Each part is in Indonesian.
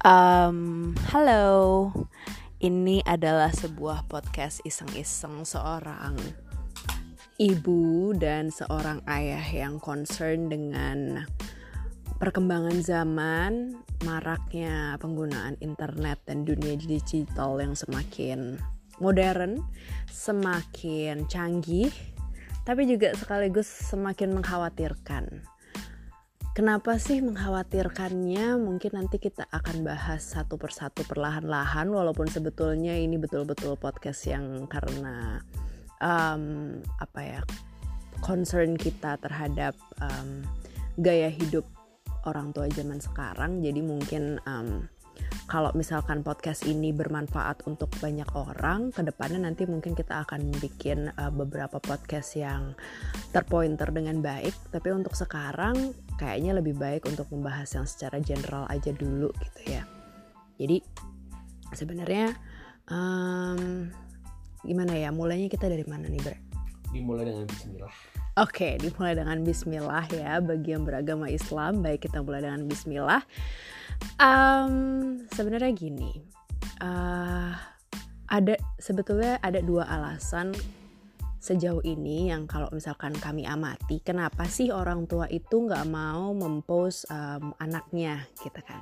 Halo, ini adalah sebuah podcast iseng-iseng seorang ibu dan seorang ayah yang concern dengan perkembangan zaman, maraknya penggunaan internet dan dunia digital yang semakin modern, semakin canggih, tapi juga sekaligus semakin mengkhawatirkan. Kenapa sih mengkhawatirkannya? Mungkin nanti kita akan bahas satu persatu perlahan-lahan, walaupun sebetulnya ini betul-betul podcast yang karena concern kita terhadap gaya hidup orang tua zaman sekarang. Jadi mungkin kalau misalkan podcast ini bermanfaat untuk banyak orang, kedepannya nanti mungkin kita akan bikin beberapa podcast yang terpointer dengan baik. Tapi untuk sekarang kayaknya lebih baik untuk membahas yang secara general aja dulu gitu ya. Jadi sebenarnya gimana ya, mulainya kita dari mana nih, Bre? Dimulai dengan bismillah. Oke, dimulai dengan bismillah ya. Bagi yang beragama Islam, baik kita mulai dengan bismillah. Sebenarnya gini, sebetulnya ada dua alasan sejauh ini yang kalau misalkan kami amati, kenapa sih orang tua itu nggak mau mempost anaknya, gitu kan?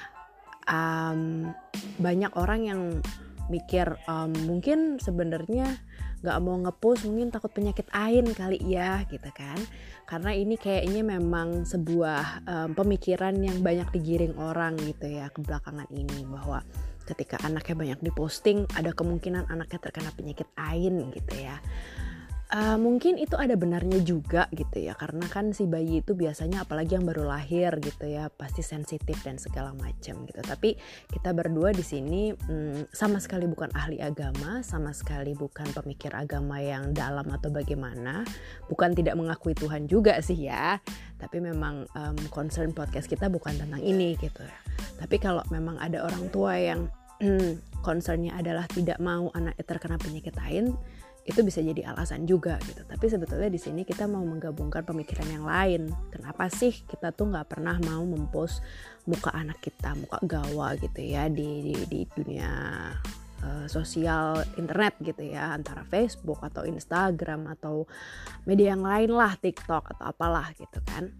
Banyak orang yang mikir mungkin sebenarnya nggak mau ngepost, mungkin takut penyakit ain kali ya, gitu kan? Karena ini kayaknya memang sebuah pemikiran yang banyak digiring orang gitu ya kebelakangan ini, bahwa ketika anaknya banyak diposting ada kemungkinan anaknya terkena penyakit ain gitu ya. Mungkin itu ada benarnya juga gitu ya, karena kan si bayi itu biasanya apalagi yang baru lahir gitu ya pasti sensitif dan segala macam gitu. Tapi kita berdua di sini sama sekali bukan ahli agama, sama sekali bukan pemikir agama yang dalam atau bagaimana, bukan tidak mengakui Tuhan juga sih ya. Tapi memang concern podcast kita bukan tentang ini gitu ya. Tapi kalau memang ada orang tua yang concernnya adalah tidak mau anaknya terkena penyakit ain, itu bisa jadi alasan juga gitu. Tapi sebetulnya di sini kita mau menggabungkan pemikiran yang lain. Kenapa sih kita tuh nggak pernah mau mempost muka anak kita, muka gawa gitu ya di dunia sosial internet gitu ya, antara Facebook atau Instagram atau media yang lain lah, TikTok atau apalah gitu kan.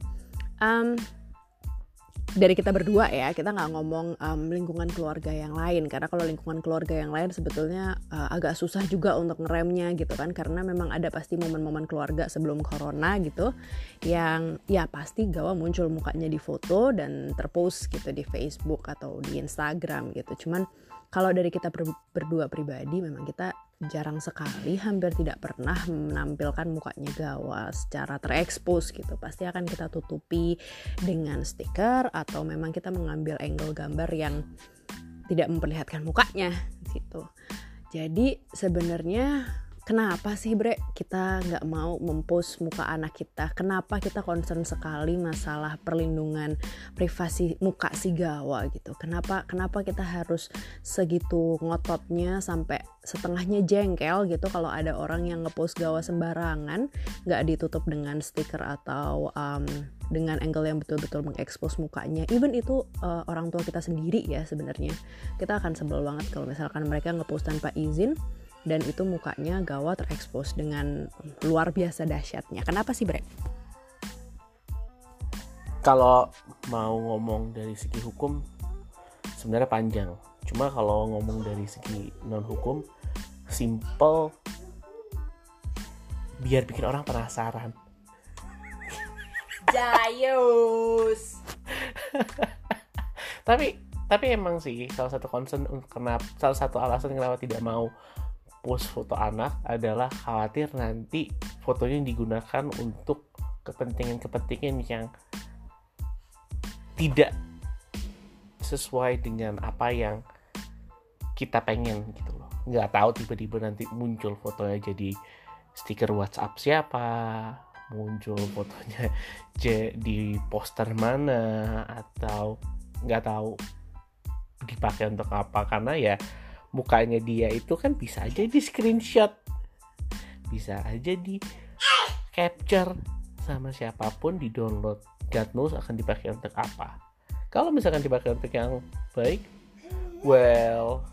Dari kita berdua ya, kita nggak ngomong lingkungan keluarga yang lain, karena kalau lingkungan keluarga yang lain sebetulnya agak susah juga untuk ngeremnya gitu kan, karena memang ada pasti momen-momen keluarga sebelum corona gitu yang ya pasti gawa muncul mukanya di foto dan terpost gitu di Facebook atau di Instagram gitu. Cuman kalau dari kita berdua pribadi, memang kita jarang sekali, hampir tidak pernah menampilkan mukanya gawa secara terekspos gitu. Pasti akan kita tutupi dengan stiker atau memang kita mengambil angle gambar yang tidak memperlihatkan mukanya gitu. Jadi sebenarnya kenapa sih Bre kita gak mau mempost muka anak kita? Kenapa kita concern sekali masalah perlindungan privasi muka si gawa gitu? Kenapa kita harus segitu ngototnya sampai setengahnya jengkel gitu kalau ada orang yang ngepost gawa sembarangan, gak ditutup dengan stiker atau dengan angle yang betul-betul mengekspos mukanya. Even itu orang tua kita sendiri ya sebenarnya. Kita akan sebel banget kalau misalkan mereka ngepost tanpa izin dan itu mukanya gawa terekspos dengan luar biasa dahsyatnya. Kenapa sih Bre? Kalau mau ngomong dari segi hukum sebenarnya panjang. Cuma kalau ngomong dari segi non hukum, simple, biar bikin orang penasaran. Jayus. Tapi emang sih salah satu alasan kenapa tidak mau post foto anak adalah khawatir nanti fotonya digunakan untuk kepentingan yang tidak sesuai dengan apa yang kita pengen gitu loh. Nggak tahu tiba-tiba nanti muncul fotonya jadi stiker WhatsApp siapa, muncul fotonya di poster mana, atau nggak tahu dipakai untuk apa, karena ya mukanya dia itu kan bisa aja di screenshot, bisa aja di capture sama siapapun, di download, God knows akan dipakai untuk apa. Kalau misalkan dipakai untuk yang baik, well,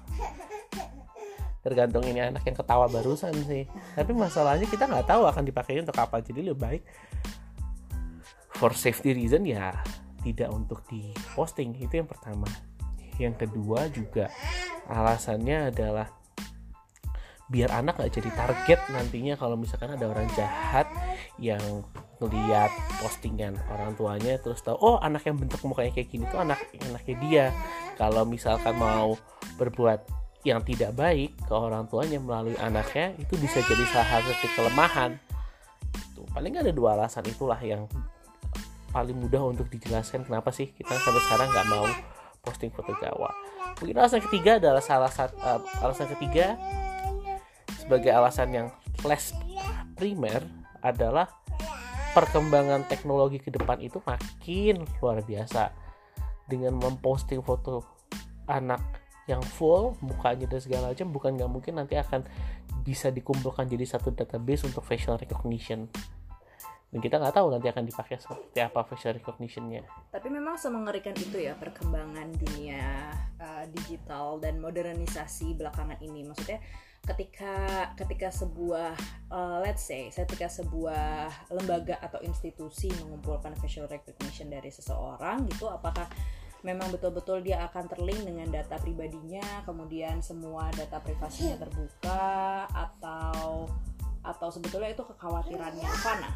tergantung ini anak yang ketawa barusan sih. Tapi masalahnya kita nggak tahu akan dipakainya untuk apa. Jadi lebih baik for safety reason ya tidak untuk diposting. Itu yang pertama. Yang kedua juga alasannya adalah biar anak gak jadi target nantinya kalau misalkan ada orang jahat yang ngeliat postingan orang tuanya terus tahu, oh anak yang bentuk mukanya kayak gini tuh anaknya dia. Kalau misalkan mau berbuat yang tidak baik ke orang tuanya melalui anaknya, itu bisa jadi salah satu kelemahan. Itu paling ada 2 alasan itulah yang paling mudah untuk dijelaskan kenapa sih kita sampai sekarang nggak mau posting foto Jawa. Mungkin alasan ketiga adalah alasan ketiga sebagai alasan yang flash primer adalah perkembangan teknologi ke depan itu makin luar biasa. Dengan memposting foto anak yang full mukanya dan segala macam, bukan nggak mungkin nanti akan bisa dikumpulkan jadi satu database untuk facial recognition. Dan kita nggak tahu nanti akan dipakai seperti apa facial recognition-nya. Tapi memang semengerikan itu ya perkembangan dunia digital dan modernisasi belakangan ini. Maksudnya ketika sebuah ketika sebuah lembaga atau institusi mengumpulkan facial recognition dari seseorang gitu, apakah memang betul-betul dia akan terlink dengan data pribadinya, kemudian semua data privasinya terbuka, atau sebetulnya itu kekhawatiran yang fana?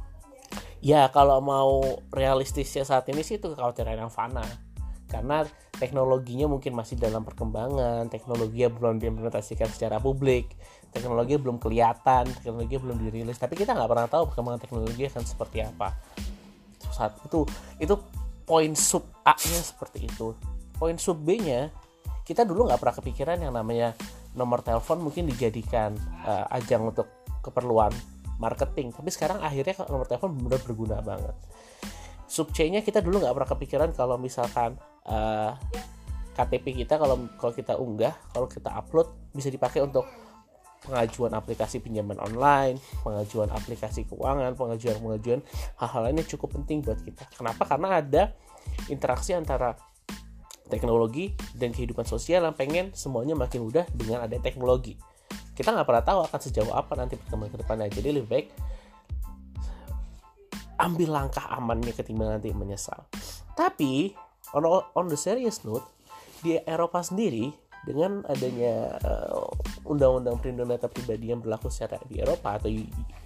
Ya kalau mau realistisnya saat ini sih itu kekhawatiran yang fana. Karena teknologinya mungkin masih dalam perkembangan, teknologinya belum diimplementasikan secara publik, teknologinya belum kelihatan, teknologinya belum dirilis. Tapi kita nggak pernah tahu perkembangan teknologi akan seperti apa. Saat itu poin sub A-nya seperti itu. Poin sub B-nya, kita dulu nggak pernah kepikiran yang namanya nomor telepon mungkin dijadikan ajang untuk keperluan marketing. Tapi sekarang akhirnya nomor telepon benar-benar berguna banget. Sub C-nya kita dulu nggak pernah kepikiran kalau misalkan KTP kita kalau kita unggah, kalau kita upload bisa dipakai untuk pengajuan aplikasi pinjaman online, pengajuan aplikasi keuangan, pengajuan hal-hal lainnya cukup penting buat kita. Kenapa? Karena ada interaksi antara teknologi dan kehidupan sosial yang pengen semuanya makin mudah dengan ada teknologi. Kita nggak pernah tahu akan sejauh apa nanti perkembangan ke depannya. Jadi lebih baik ambil langkah amannya ketimbang nanti menyesal. Tapi on the serious note, di Eropa sendiri dengan adanya undang-undang perlindungan data pribadi yang berlaku secara di Eropa atau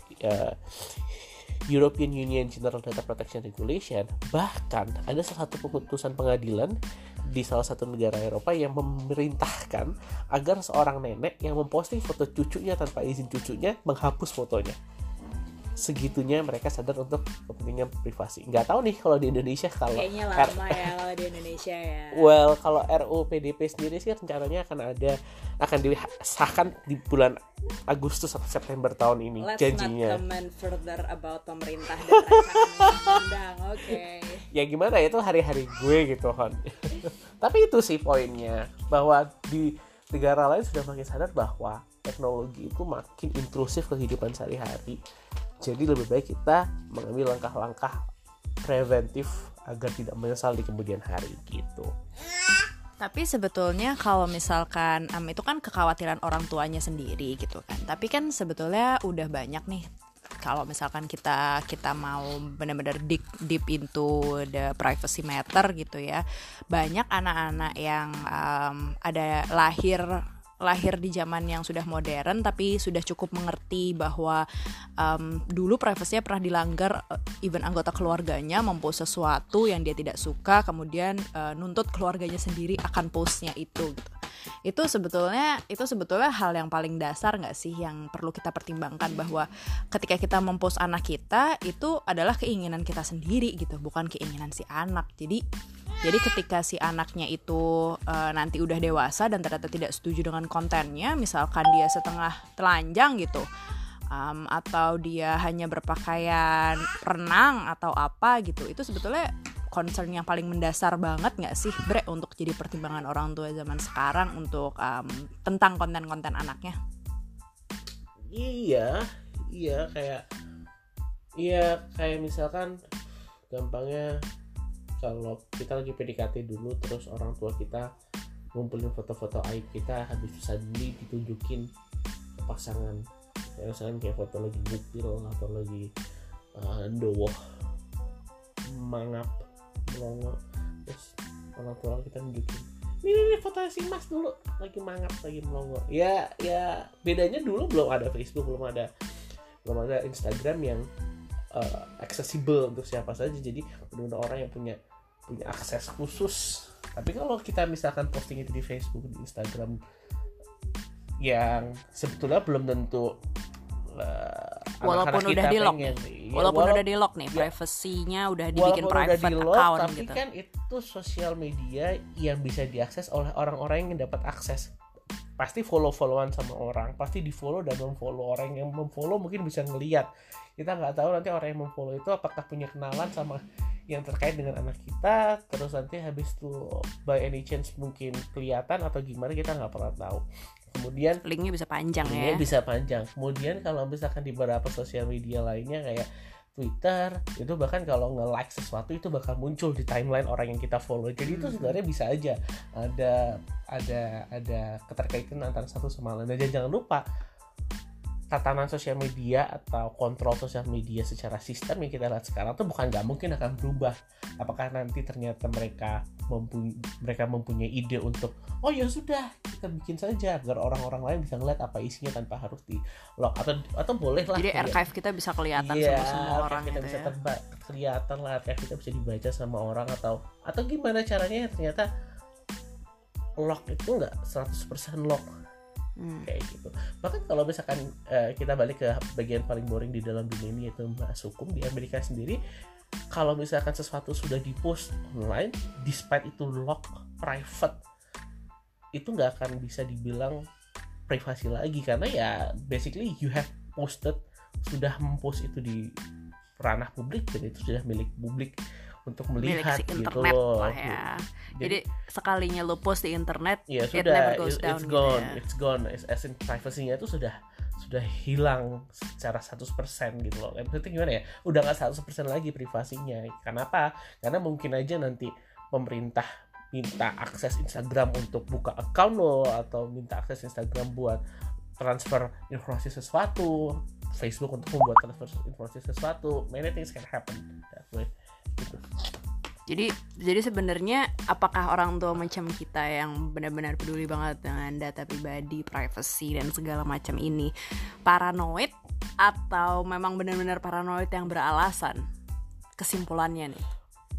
European Union General Data Protection Regulation, bahkan ada salah satu keputusan pengadilan di salah satu negara Eropa yang memerintahkan agar seorang nenek yang memposting foto cucunya tanpa izin cucunya menghapus fotonya. Segitunya mereka sadar untuk kepentingan privasi. Nggak tahu nih kalau di Indonesia kayaknya lama ya kalau di Indonesia ya. Well, kalau RUU PDP sendiri sih rencananya akan disahkan di bulan Agustus atau September tahun ini. Let's janjinya. Not comment further about pemerintah dan rancangan undang-undang. Oke. Ya gimana itu hari-hari gue gitu kan. Tapi itu sih poinnya, bahwa di negara lain sudah makin sadar bahwa teknologi itu makin intrusif ke kehidupan sehari-hari. Jadi lebih baik kita mengambil langkah-langkah preventif agar tidak menyesal di kemudian hari gitu. Tapi sebetulnya kalau misalkan itu kan kekhawatiran orang tuanya sendiri gitu kan. Tapi kan sebetulnya udah banyak nih kalau misalkan kita mau benar-benar deep into the privacy matter gitu ya. Banyak anak-anak yang ada lahir di zaman yang sudah modern tapi sudah cukup mengerti bahwa dulu privasinya pernah dilanggar, even anggota keluarganya mempost sesuatu yang dia tidak suka kemudian nuntut keluarganya sendiri akan postnya itu gitu. Itu sebetulnya hal yang paling dasar nggak sih yang perlu kita pertimbangkan, bahwa ketika kita mempost anak kita itu adalah keinginan kita sendiri gitu, bukan keinginan si anak. Jadi ketika si anaknya itu nanti udah dewasa dan ternyata tidak setuju dengan kontennya, misalkan dia setengah telanjang gitu, atau dia hanya berpakaian renang atau apa gitu, itu sebetulnya concern yang paling mendasar banget nggak sih Bre untuk jadi pertimbangan orang tua zaman sekarang untuk tentang konten-konten anaknya? Iya kayak misalkan gampangnya kalau kita lagi PDKT dulu, terus orang tua kita ngumpulin foto-foto aib kita, habis itu suddenly ditunjukin ke pasangan. Misalkan kayak foto lagi nyupil atau lagi dowoh, mangap, melongo, terus orang tua kita nunjukin, ini foto si Mas dulu lagi mangap, lagi melongo. Ya bedanya dulu belum ada Facebook, belum ada Instagram yang accessible untuk siapa saja, jadi benar-benar orang yang punya akses khusus. Tapi kalau kita misalkan posting itu di Facebook, di Instagram, yang sebetulnya belum tentu walaupun udah di lock, udah di lock nih, privasinya udah dibikin private account tapi gitu. Kan itu sosial media yang bisa diakses oleh orang-orang yang dapat akses. Pasti follow-followan sama orang, pasti di follow dan memfollow. Orang yang memfollow mungkin bisa ngelihat. Kita nggak tahu nanti orang yang memfollow itu apakah punya kenalan sama yang terkait dengan anak kita, terus nanti habis itu by any chance mungkin kelihatan atau gimana, kita nggak pernah tahu. Kemudian linknya bisa panjang ya. Bisa panjang. Kemudian kalau misalkan di beberapa sosial media lainnya kayak Twitter, itu bahkan kalau nge-like sesuatu itu bakal muncul di timeline orang yang kita follow. Jadi itu sebenarnya bisa aja ada keterkaitan antara satu sama lain. Dan jangan lupa, tatanan sosial media atau kontrol sosial media secara sistem yang kita lihat sekarang tuh bukan nggak mungkin akan berubah. Apakah nanti ternyata mereka mempunyai ide untuk ya sudah kita bikin saja agar orang-orang lain bisa ngeliat apa isinya tanpa harus di lock, atau boleh lah. Jadi archive kita bisa kelihatan sama semua orang kita gitu bisa ya. Kelihatan lah, archive kita bisa dibaca sama orang, atau gimana caranya ternyata lock itu nggak 100% lock. Kayak gitu. Bahkan kalau misalkan kita balik ke bagian paling boring di dalam dunia ini, yaitu bahas hukum di Amerika sendiri, kalau misalkan sesuatu sudah dipost online, despite itu lock private, itu nggak akan bisa dibilang privasi lagi, karena ya basically you have posted, sudah mempost itu di ranah publik dan itu sudah milik publik untuk melihat si gitu internet loh. lah ya. Jadi sekalinya lo post di internet, ya it sudah, never goes down it's gone, gitu ya. it's gone. As in privasinya itu sudah hilang secara 100% gitu loh. Maksudnya gimana ya? Udah nggak 100% lagi privasinya. Kenapa? Karena mungkin aja nanti pemerintah minta akses Instagram untuk buka account lo, atau minta akses Instagram buat transfer informasi sesuatu, Facebook untuk membuat transfer informasi sesuatu. Many things can happen that way. Gitu. Jadi sebenarnya apakah orang tua macam kita yang benar-benar peduli banget dengan data pribadi, privacy dan segala macam ini paranoid, atau memang benar-benar paranoid yang beralasan? Kesimpulannya nih.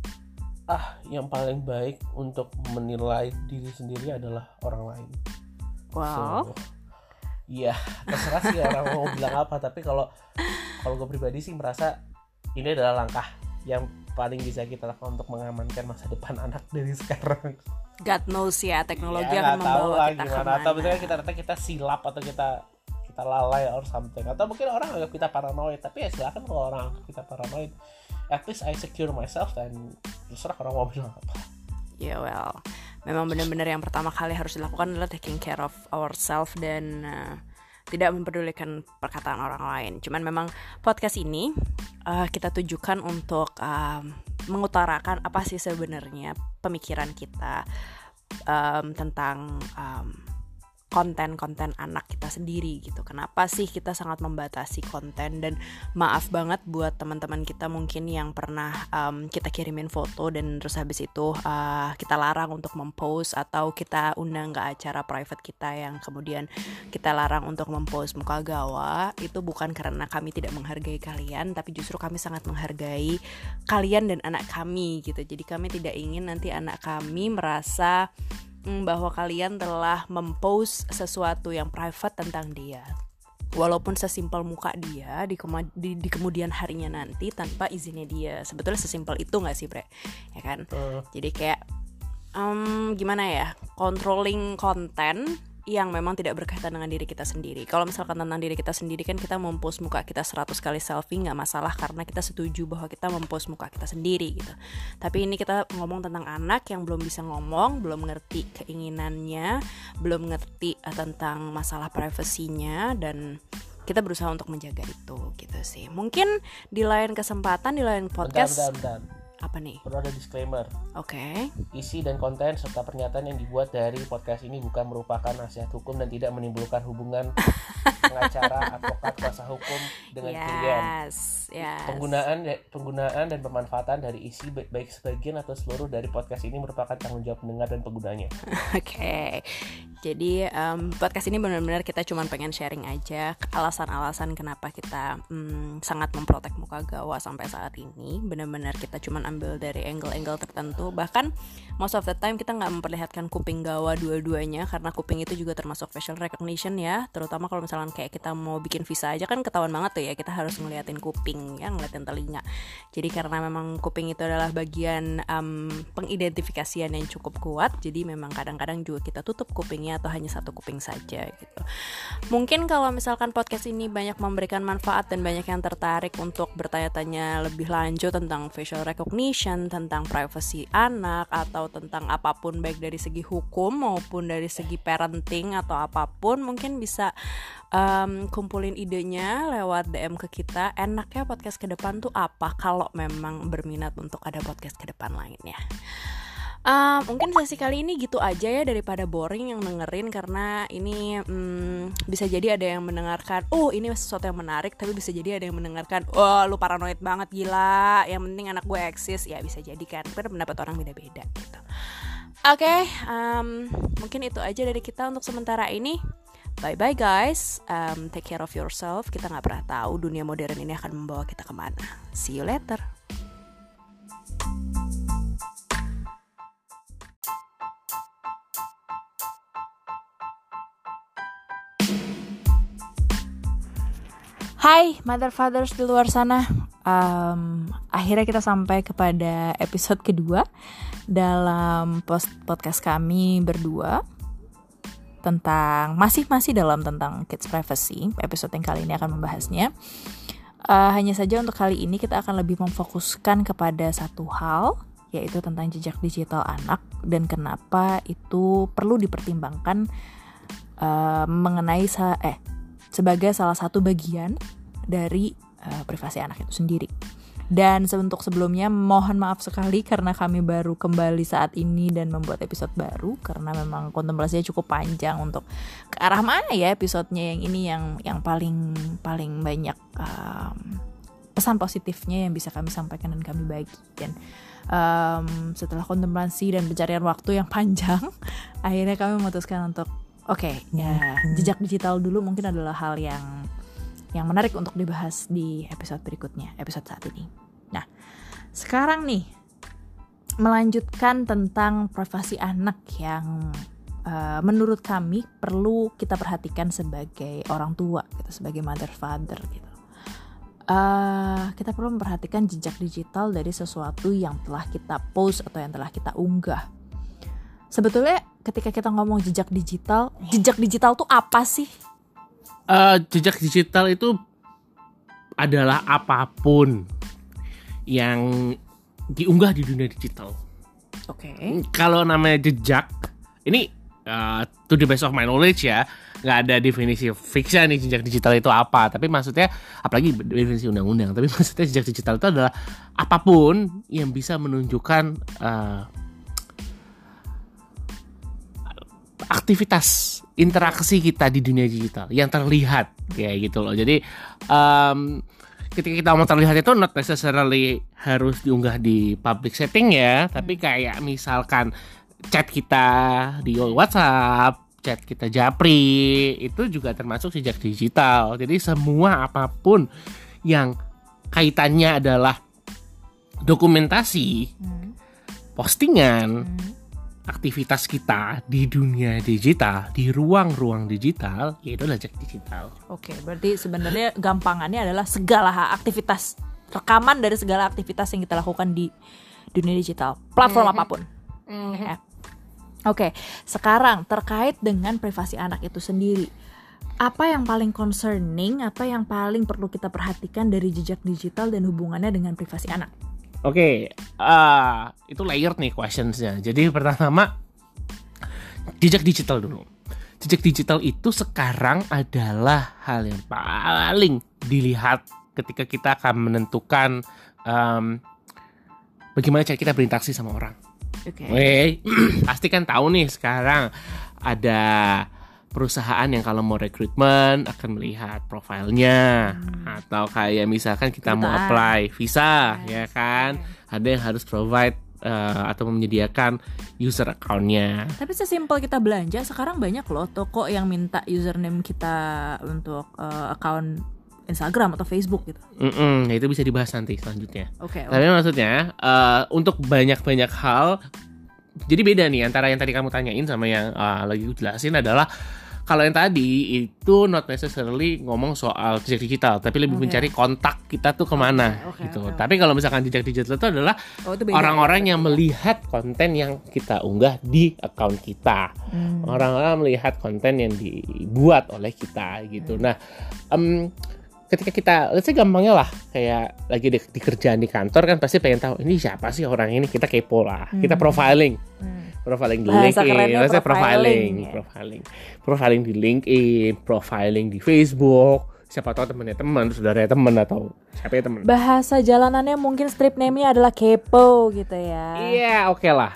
Yang paling baik untuk menilai diri sendiri adalah orang lain. Wow. Iya, terserah sih orang mau bilang apa, tapi kalau gue pribadi sih merasa ini adalah langkah yang paling bisa kita lakukan untuk mengamankan masa depan anak dari sekarang. God knows ya, teknologi akan membawa kita kemana. Atau misalnya kita silap, atau kita lalai or something, atau mungkin orang anggap kita paranoid. Tapi ya silakan kalau orang anggap kita paranoid, at least I secure myself, dan terserah orang mau bilang apa. Ya well, memang benar-benar yang pertama kali harus dilakukan adalah taking care of ourselves dan tidak mempedulikan perkataan orang lain. Cuman memang podcast ini kita tujukan untuk mengutarakan apa sih sebenarnya pemikiran kita tentang konten-konten anak kita sendiri gitu. Kenapa sih kita sangat membatasi konten, dan maaf banget buat teman-teman kita mungkin yang pernah kita kirimin foto dan terus habis itu kita larang untuk mempost, atau kita undang ke acara private kita yang kemudian kita larang untuk mempost muka gawa. Itu bukan karena kami tidak menghargai kalian, tapi justru kami sangat menghargai kalian dan anak kami gitu. Jadi kami tidak ingin nanti anak kami merasa bahwa kalian telah mempost sesuatu yang private tentang dia, walaupun sesimpel muka dia di kemudian harinya nanti tanpa izinnya dia. Sebetulnya sesimpel itu nggak sih, Bre? Ya kan? Jadi kayak gimana ya, controlling konten yang memang tidak berkaitan dengan diri kita sendiri. Kalau misalkan tentang diri kita sendiri kan kita mempost muka kita 100 kali selfie nggak masalah, karena kita setuju bahwa kita mempost muka kita sendiri gitu. Tapi ini kita ngomong tentang anak yang belum bisa ngomong, belum ngerti keinginannya, belum ngerti tentang masalah privasinya, dan kita berusaha untuk menjaga itu gitu sih. Mungkin di lain kesempatan, di lain podcast. Bentar. Apa nih? Perlu ada disclaimer. Oke. Isi dan konten serta pernyataan yang dibuat dari podcast ini bukan merupakan nasihat hukum dan tidak menimbulkan hubungan pengacara, advokat, kuasa hukum dengan klien. Yes. Penggunaan dan pemanfaatan dari isi baik sebagian atau seluruh dari podcast ini merupakan tanggung jawab pendengar dan penggunanya. Oke. Jadi podcast ini benar-benar kita cuma pengen sharing aja alasan-alasan kenapa kita sangat memprotek muka gawak sampai saat ini. Benar-benar kita cuma ambil dari angle-angle tertentu. Bahkan most of the time kita nggak memperlihatkan kuping gawa dua-duanya, karena kuping itu juga termasuk facial recognition ya. Terutama kalau misalnya kayak kita mau bikin visa aja kan ketahuan banget tuh ya, kita harus ngeliatin kuping ya, ngeliatin telinga. Jadi karena memang kuping itu adalah bagian pengidentifikasian yang cukup kuat, jadi memang kadang-kadang juga kita tutup kupingnya atau hanya satu kuping saja gitu. Mungkin kalau misalkan podcast ini banyak memberikan manfaat dan banyak yang tertarik untuk bertanya-tanya lebih lanjut tentang facial recognition, tentang privacy anak, atau tentang apapun baik dari segi hukum maupun dari segi parenting atau apapun, mungkin bisa kumpulin idenya lewat DM ke kita. Enaknya podcast ke depan tuh apa kalau memang berminat untuk ada podcast ke depan lainnya. Mungkin sesi kali ini gitu aja ya, daripada boring yang dengerin, karena ini bisa jadi ada yang mendengarkan ini sesuatu yang menarik, tapi bisa jadi ada yang mendengarkan lu paranoid banget, gila, yang penting anak gue eksis. Ya bisa jadi kan, karena pendapat orang beda-beda gitu. Oke, mungkin itu aja dari kita untuk sementara ini. Bye bye guys, take care of yourself. Kita gak pernah tahu dunia modern ini akan membawa kita kemana. See you later. Hai mother fathers di luar sana, akhirnya kita sampai kepada episode kedua dalam podcast kami berdua tentang masih dalam tentang kids privacy. Episode yang kali ini akan membahasnya. Hanya saja untuk kali ini kita akan lebih memfokuskan kepada satu hal, yaitu tentang jejak digital anak dan kenapa itu perlu dipertimbangkan mengenai sebagai salah satu bagian dari privasi anak itu sendiri. Dan untuk sebelumnya mohon maaf sekali karena kami baru kembali saat ini dan membuat episode baru, karena memang kontemplasinya cukup panjang untuk ke arah mana ya episodenya yang ini yang paling banyak pesan positifnya yang bisa kami sampaikan dan kami bagikan. Setelah kontemplasi dan pencarian waktu yang panjang, akhirnya kami memutuskan untuk jejak digital dulu mungkin adalah hal yang menarik untuk dibahas di episode berikutnya, episode saat ini. Nah, sekarang nih melanjutkan tentang privasi anak yang menurut kami perlu kita perhatikan sebagai orang tua, gitu, sebagai mother father gitu. Kita perlu memperhatikan jejak digital dari sesuatu yang telah kita post atau yang telah kita unggah. Sebetulnya ketika kita ngomong jejak digital tuh apa sih? Jejak digital itu adalah apapun yang diunggah di dunia digital. Oke. Kalau namanya jejak, ini to the best of my knowledge ya, nggak ada definisi fixnya nih jejak digital itu apa. Tapi maksudnya, apalagi definisi undang-undang. Tapi maksudnya jejak digital itu adalah apapun yang bisa menunjukkan aktivitas interaksi kita di dunia digital yang terlihat kayak gitu loh. Jadi ketika kita mau terlihat itu not necessarily harus diunggah di public setting ya, tapi kayak misalkan chat kita di WhatsApp, chat kita Japri, itu juga termasuk jejak digital. Jadi semua apapun yang kaitannya adalah dokumentasi, postingan, aktivitas kita di dunia digital, di ruang-ruang digital, yaitu jejak digital. Oke, berarti sebenarnya gampangannya adalah segala aktivitas, rekaman dari segala aktivitas yang kita lakukan di dunia digital, platform apapun. Ya. Oke, sekarang terkait dengan privasi anak itu sendiri, apa yang paling concerning, apa yang paling perlu kita perhatikan dari jejak digital dan hubungannya dengan privasi anak? Oke, itu layered nih questionsnya. Jadi pertama, jejak digital dulu. Jejak digital itu sekarang adalah hal yang paling dilihat ketika kita akan menentukan bagaimana cara kita berinteraksi sama orang. Oke. Pasti kan tahu nih sekarang ada perusahaan yang kalau mau rekrutmen akan melihat profilnya, atau kayak misalkan kita mau apply visa, ya kan, ada yang harus provide atau menyediakan user account-nya. Tapi sesimpel kita belanja sekarang banyak loh toko yang minta username kita untuk account Instagram atau Facebook gitu. Nah itu bisa dibahas nanti selanjutnya. Oke. Tapi maksudnya untuk banyak hal, jadi beda nih antara yang tadi kamu tanyain sama yang lagi jelasin adalah kalau yang tadi itu not necessarily ngomong soal jejak digital, tapi lebih mencari kontak kita tuh kemana gitu. Tapi kalau misalkan jejak digital itu adalah orang-orang yang melihat konten yang kita unggah di account kita, orang-orang melihat konten yang dibuat oleh kita gitu. Nah, ketika kita, let's say gampangnya lah, kayak lagi di kerjaan di kantor kan pasti pengen tahu ini siapa sih orang ini, kita kepo lah, kita profiling di LinkedIn, maksudnya profiling di LinkedIn, profiling di Facebook, siapa tahu temannya teman, saudaranya teman, atau siapa ya teman. Bahasa jalanannya mungkin strip name-nya adalah kepo gitu ya. Iya, oke lah.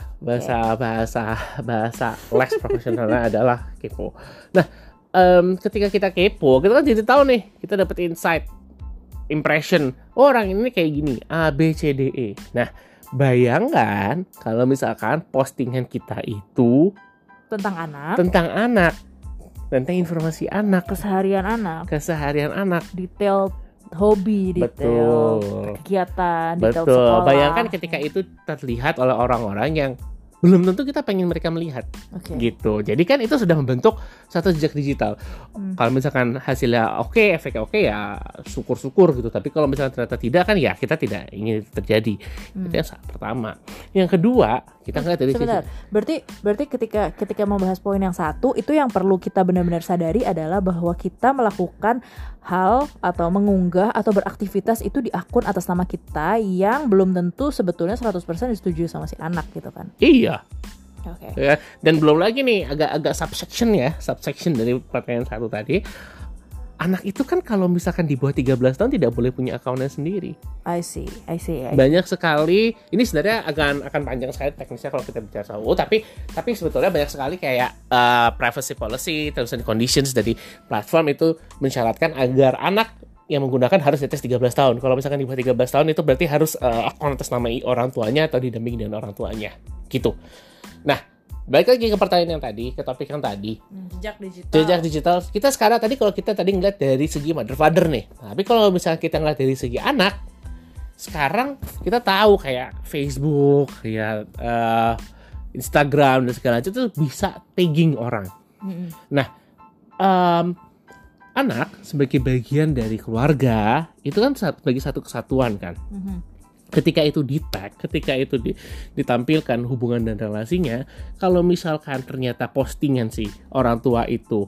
Bahasa leks profesionalnya adalah kepo. Nah, ketika kita kepo, kita kan jadi tahu nih, kita dapat insight, impression, orang ini kayak gini, A, B, C, D, E. Nah, bayangkan kalau misalkan postingan kita itu tentang anak, tentang informasi anak, keseharian anak, detail hobi, detail kegiatan, detail sekolah. Bayangkan ketika itu terlihat oleh orang-orang yang belum tentu kita pengen mereka melihat, gitu. Jadi kan itu sudah membentuk satu jejak digital. Kalau misalkan hasilnya oke, efeknya oke, ya syukur-syukur gitu. Tapi kalau misalkan ternyata tidak, kan ya kita tidak ingin itu terjadi. Itu yang pertama. Yang kedua, kita ngeliat dari sisi. Berarti ketika membahas poin yang satu, itu yang perlu kita benar-benar sadari adalah bahwa kita melakukan hal atau mengunggah atau beraktivitas itu di akun atas nama kita yang belum tentu sebetulnya 100% disetujui sama si anak gitu kan. Iya. Oke. Ya, dan belum lagi nih agak subsection dari pertanyaan satu tadi. Anak itu kan kalau misalkan di bawah 13 tahun tidak boleh punya akunnya sendiri. I see. Banyak sekali, ini sebenarnya akan panjang sekali teknisnya kalau kita bicara soal tapi sebetulnya banyak sekali kayak privacy policy, terms and conditions dari platform itu mensyaratkan agar anak yang menggunakan harus di atas 13 tahun. Kalau misalkan di bawah 13 tahun itu berarti harus akun atas nama orang tuanya atau didampingi dengan orang tuanya gitu. Nah, balik lagi ke pertanyaan yang tadi, ke topik yang tadi. Jejak digital. Kita sekarang kalau kita tadi ngeliat dari segi mother father nih. Tapi kalau misalnya kita ngeliat dari segi anak, sekarang kita tahu kayak Facebook, ya Instagram dan segala macam itu bisa tagging orang. Nah, anak sebagai bagian dari keluarga itu kan sebagai satu kesatuan kan. Ketika itu di-tag, ketika itu ditampilkan hubungan dan relasinya, kalau misalkan ternyata postingan si orang tua itu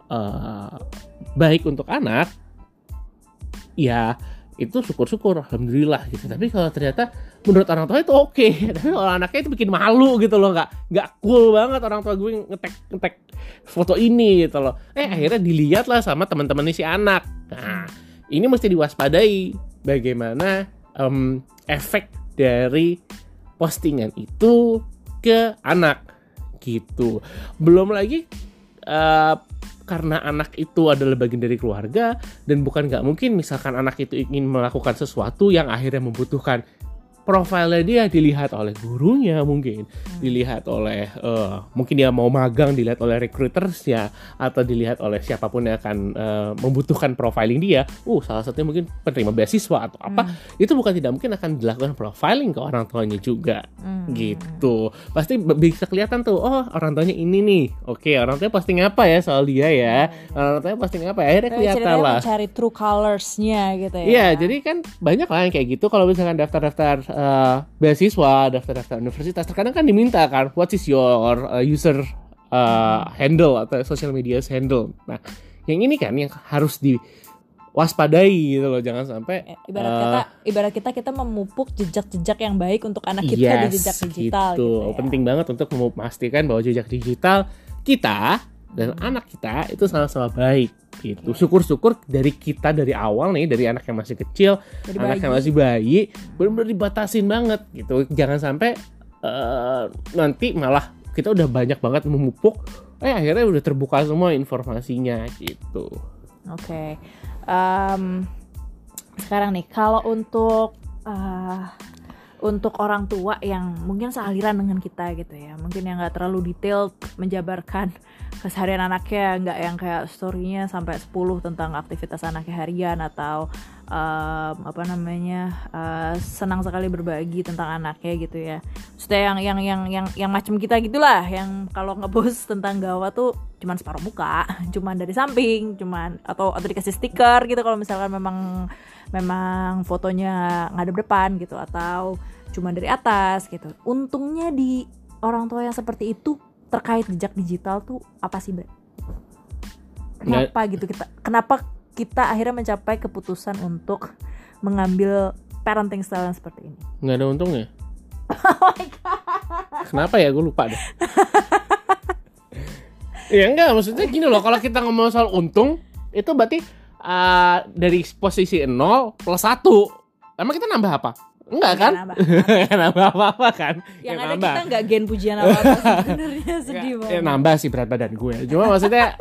baik untuk anak, ya itu syukur-syukur, alhamdulillah gitu. Tapi kalau ternyata menurut orang tua itu oke, tapi kalau anaknya itu bikin malu gitu loh, nggak cool banget orang tua gue nge-tag foto ini gitu loh. Akhirnya dilihat lah sama teman-temannya si anak. Nah, ini mesti diwaspadai bagaimana efek dari postingan itu ke anak gitu. Belum lagi karena anak itu adalah bagian dari keluarga dan bukan nggak mungkin misalkan anak itu ingin melakukan sesuatu yang akhirnya membutuhkan profilnya dia dilihat oleh gurunya, mungkin dilihat oleh mungkin dia mau magang dilihat oleh recruitersnya atau dilihat oleh siapapun yang akan membutuhkan profiling dia. Salah satunya mungkin penerima beasiswa atau apa. Itu bukan tidak mungkin akan dilakukan profiling ke orang tuanya juga gitu. Pasti bisa kelihatan tuh, orang tuanya ini nih. Oke, orang tuanya posting apa ya soal dia ya. Orang tuanya posting apa ya, akhirnya kelihatan lah. Mencari true colours-nya gitu ya. Iya, jadi kan banyak lah yang kayak gitu. Kalau misalkan daftar beasiswa, daftar universitas, terkadang kan diminta kan, what is your user handle atau social media handle. Nah, yang ini kan yang harus diwaspadai gitu loh, jangan sampai ibarat kita memupuk jejak-jejak yang baik untuk anak kita di jejak digital gitu ya. Penting banget untuk memastikan bahwa jejak digital kita dan anak kita itu sama-sama baik gitu. Syukur-syukur dari kita dari awal nih, dari anak yang masih kecil, anak yang masih bayi, benar-benar dibatasin banget gitu. Jangan sampai nanti malah kita udah banyak banget memupuk, akhirnya udah terbuka semua informasinya gitu. Oke. Sekarang nih, kalau untuk orang tua yang mungkin sealiran dengan kita gitu ya, mungkin yang nggak terlalu detail menjabarkan keseharian anaknya, nggak yang kayak story-nya sampai 10 tentang aktivitas anaknya harian atau senang sekali berbagi tentang anaknya gitu ya. Maksudnya yang macam kita gitulah, yang kalau nge-post tentang gawat tuh cuman separuh muka, cuman dari samping, atau dikasih stiker gitu kalau misalkan memang fotonya ngadep depan gitu, atau cuma dari atas gitu. Untungnya di orang tua yang seperti itu terkait jejak digital tuh apa sih, Bre? Kenapa kita akhirnya mencapai keputusan untuk mengambil parenting style yang seperti ini? Nggak ada untungnya. Oh my God. Kenapa ya, gue lupa deh. Ya enggak, maksudnya gini loh, kalau kita ngomong soal untung itu berarti dari posisi 0 plus 1, emang kita nambah apa? Enggak kan? Nambah apa-apa kan? Yang ada nambah. Kita nggak gen pujian apa-apa sebenarnya, sedih banget. Nambah sih berat badan gue. Cuma maksudnya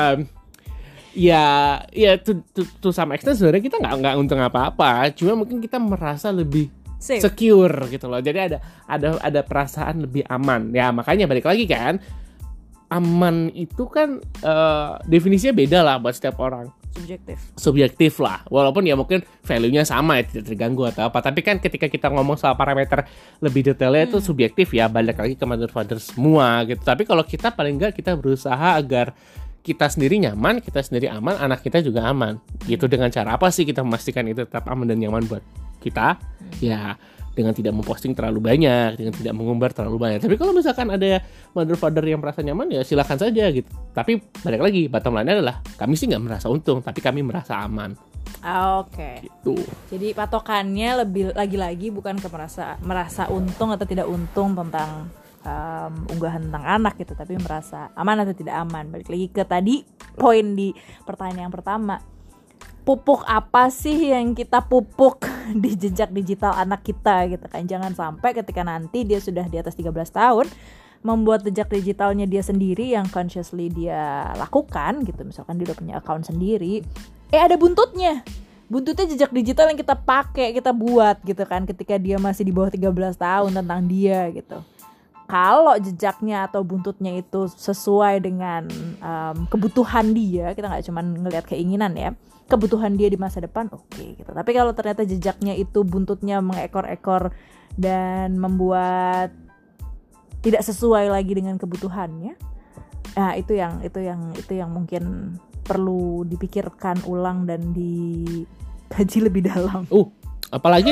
ya to some extent sebenarnya kita nggak untung apa-apa. Cuma mungkin kita merasa lebih secure gitu loh. Jadi ada perasaan lebih aman. Ya makanya balik lagi kan, aman itu kan definisinya beda lah buat setiap orang. Subjektif lah, walaupun ya mungkin value-nya sama ya, tidak terganggu atau apa, tapi kan ketika kita ngomong soal parameter lebih detailnya itu subjektif ya, balik lagi ke mother father semua gitu. Tapi kalau kita paling enggak kita berusaha agar kita sendiri nyaman, kita sendiri aman, anak kita juga aman gitu. Dengan cara apa sih kita memastikan itu tetap aman dan nyaman buat kita? Ya dengan tidak memposting terlalu banyak, dengan tidak mengumbar terlalu banyak. Tapi kalau misalkan ada mother father yang merasa nyaman, ya silakan saja gitu. Tapi balik lagi, bottom line adalah kami sih nggak merasa untung, tapi kami merasa aman. Oke. Gitu. Jadi patokannya lebih lagi-lagi bukan ke merasa untung atau tidak untung tentang unggahan tentang anak gitu, tapi merasa aman atau tidak aman. Balik lagi ke tadi poin di pertanyaan yang pertama. Pupuk apa sih yang kita pupuk di jejak digital anak kita gitu kan. Jangan sampai ketika nanti dia sudah di atas 13 tahun membuat jejak digitalnya dia sendiri yang consciously dia lakukan gitu. Misalkan dia udah punya account sendiri, ada buntutnya jejak digital yang kita pakai, kita buat gitu kan ketika dia masih di bawah 13 tahun tentang dia gitu. Kalau jejaknya atau buntutnya itu sesuai dengan kebutuhan dia, kita nggak cuma ngelihat keinginan ya, kebutuhan dia di masa depan, oke gitu. Tapi kalau ternyata jejaknya itu buntutnya mengekor-ekor dan membuat tidak sesuai lagi dengan kebutuhannya, nah itu yang mungkin perlu dipikirkan ulang dan dikaji lebih dalam. Apalagi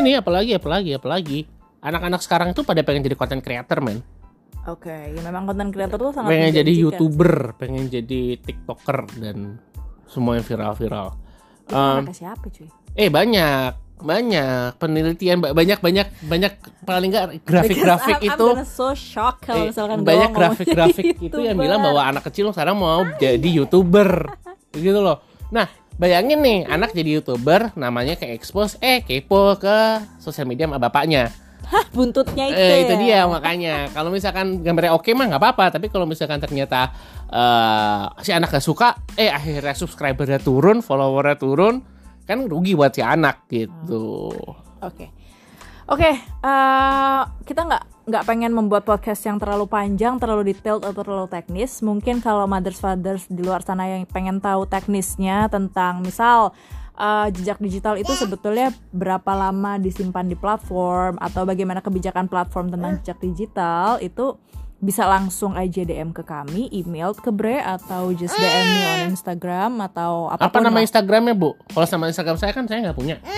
anak-anak sekarang itu pada pengen jadi content creator, men. Oke, ya memang content creator tuh sangat pengen jadi YouTuber, pengen jadi TikToker dan semua yang viral-viral. Itu siapa cuy? Banyak penelitian, banyak paling nggak grafik-grafik itu. So shock kalau misalkan banyak grafik-grafik itu yang bilang bahwa anak kecil sekarang mau jadi YouTuber, gitu loh. Nah, bayangin nih anak jadi YouTuber, namanya ke-expose, kepo ke sosial media sama bapaknya. Buntutnya itu dia makanya. Kalau misalkan gambarnya oke mah nggak apa-apa, tapi kalau misalkan ternyata si anak gak suka, akhirnya subscribernya turun, followernya turun, kan rugi buat si anak gitu. Oke, kita nggak pengen membuat podcast yang terlalu panjang, terlalu detailed atau terlalu teknis. Mungkin kalau mothers fathers di luar sana yang pengen tahu teknisnya tentang misal jejak digital itu sebetulnya berapa lama disimpan di platform atau bagaimana kebijakan platform tentang jejak digital, itu bisa langsung aja DM ke kami, email ke Bre, atau just DM me on Instagram atau apapun. Apa nama Instagramnya, Bu? Kalau sama Instagram saya kan saya nggak punya.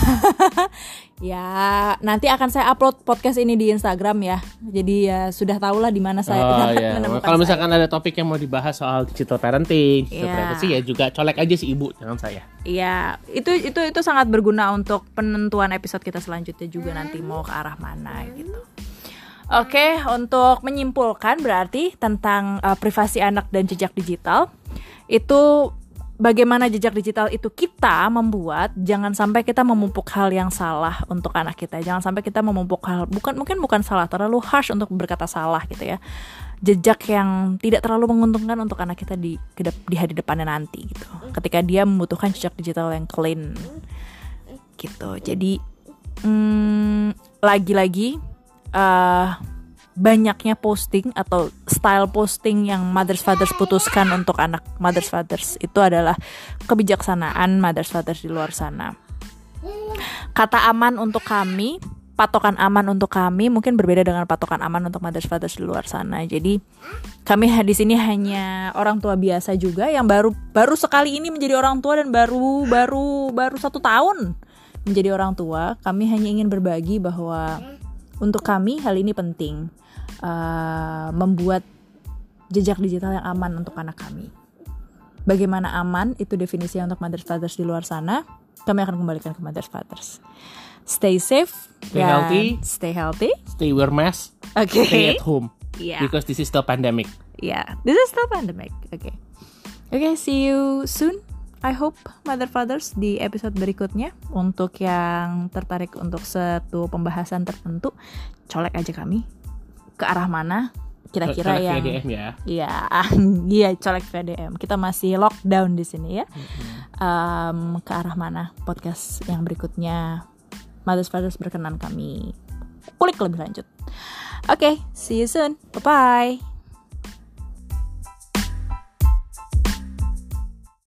Ya, nanti akan saya upload podcast ini di Instagram ya. Jadi ya sudah tahulah di mana saya menemukan. Kalau misalkan ada topik yang mau dibahas soal digital parenting, digital privacy, ya juga colek aja si Ibu, jangan saya. Iya, itu sangat berguna untuk penentuan episode kita selanjutnya juga nanti mau ke arah mana gitu. Oke, untuk menyimpulkan berarti tentang privasi anak dan jejak digital, itu bagaimana jejak digital itu kita membuat, jangan sampai kita memupuk hal yang salah untuk anak kita. Jangan sampai kita memupuk hal, bukan salah, terlalu harsh untuk berkata salah gitu ya. Jejak yang tidak terlalu menguntungkan untuk anak kita di hari depannya nanti gitu. Ketika dia membutuhkan jejak digital yang clean gitu. Jadi lagi-lagi banyaknya posting atau style posting yang mothers fathers putuskan untuk anak mothers fathers itu adalah kebijaksanaan mothers fathers di luar sana. Kata aman untuk kami, patokan aman untuk kami mungkin berbeda dengan patokan aman untuk mothers fathers di luar sana. Jadi kami di sini hanya orang tua biasa juga yang baru sekali ini menjadi orang tua dan baru 1 tahun menjadi orang tua. Kami hanya ingin berbagi bahwa untuk kami hal ini penting, membuat jejak digital yang aman untuk anak kami. Bagaimana aman itu definisinya untuk mothers fathers di luar sana, kami akan kembalikan ke mothers fathers. Stay safe, stay healthy, stay wear mask, stay at home, because this is still pandemic. This is still pandemic. Okay, see you soon. I hope mother fathers di episode berikutnya. Untuk yang tertarik untuk satu pembahasan tertentu, colek aja kami ke arah mana kira-kira yang DM ya. Iya, colek VDM. Kita masih lockdown di sini ya. Ke arah mana podcast yang berikutnya mothers fathers berkenan kami kulik lebih lanjut. Okay, see you soon. Bye bye.